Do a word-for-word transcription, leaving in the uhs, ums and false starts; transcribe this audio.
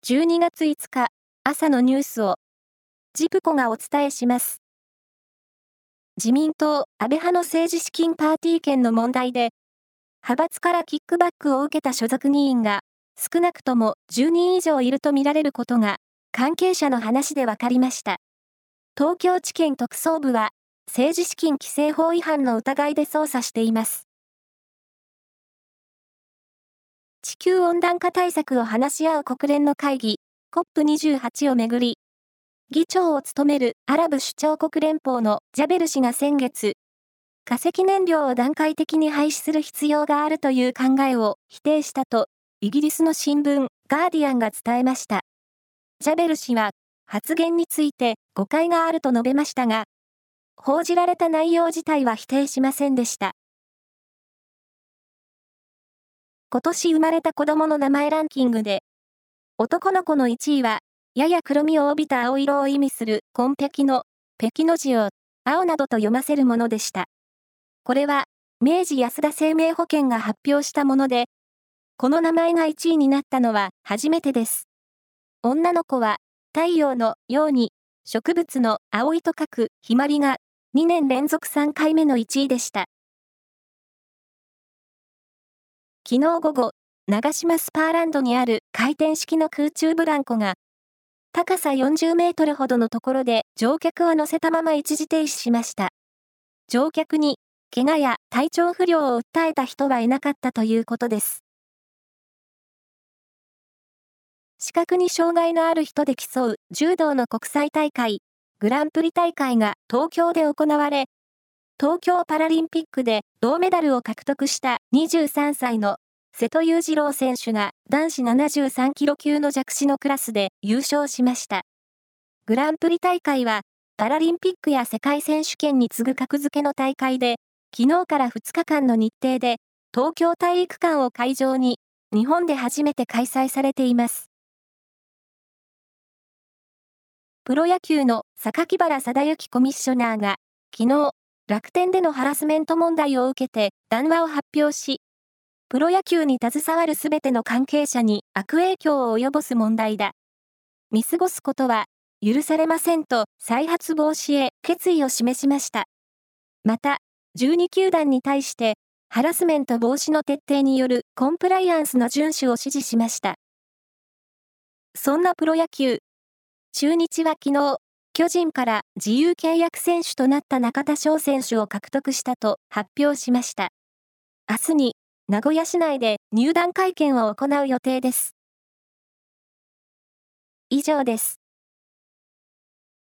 じゅうにがついつか、朝のニュースを、ジプコがお伝えします。自民党、安倍派の政治資金パーティー券の問題で、派閥からキックバックを受けた所属議員が、少なくともじゅうにん以上いるとみられることが、関係者の話で分かりました。東京地検特捜部は、政治資金規正法違反の疑いで捜査しています。地球温暖化対策を話し合う国連の会議、コップにじゅうはち をめぐり、議長を務めるアラブ首長国連邦のジャベル氏が先月、化石燃料を段階的に廃止する必要があるという考えを否定したと、イギリスの新聞、ガーディアンが伝えました。ジャベル氏は、発言について誤解があると述べましたが、報じられた内容自体は否定しませんでした。今年生まれた子供の名前ランキングで、男の子のいちいは、やや黒みを帯びた青色を意味する紺碧の、碧の字を、青などと読ませるものでした。これは、明治安田生命保険が発表したもので、この名前がいちいになったのは初めてです。女の子は、太陽のように、植物の葵と書くひまりが、にねん連続さんかいめのいちいでした。昨日午後、長島スパーランドにある回転式の空中ブランコが、高さよんじゅうメートルほどのところで乗客を乗せたまま一時停止しました。乗客に、怪我や体調不良を訴えた人はいなかったということです。視覚に障害のある人で競う柔道の国際大会、グランプリ大会が東京で行われ、東京パラリンピックで銅メダルを獲得したにじゅうさんさいの瀬戸勇次郎選手が男子ななじゅうさんキロ級の弱視のクラスで優勝しました。グランプリ大会はパラリンピックや世界選手権に次ぐ格付けの大会で、昨日からふつかかんの日程で東京体育館を会場に日本で初めて開催されています。プロ野球の榊原定之コミッショナーが昨日、楽天でのハラスメント問題を受けて談話を発表し、プロ野球に携わるすべての関係者に悪影響を及ぼす問題だ。見過ごすことは許されませんと再発防止へ決意を示しました。また、じゅうにきゅうだんに対してハラスメント防止の徹底によるコンプライアンスの遵守を指示しました。そんなプロ野球、中日は昨日、巨人から自由契約選手となった中田翔選手を獲得したと発表しました。明日に名古屋市内で入団会見を行う予定です。以上です。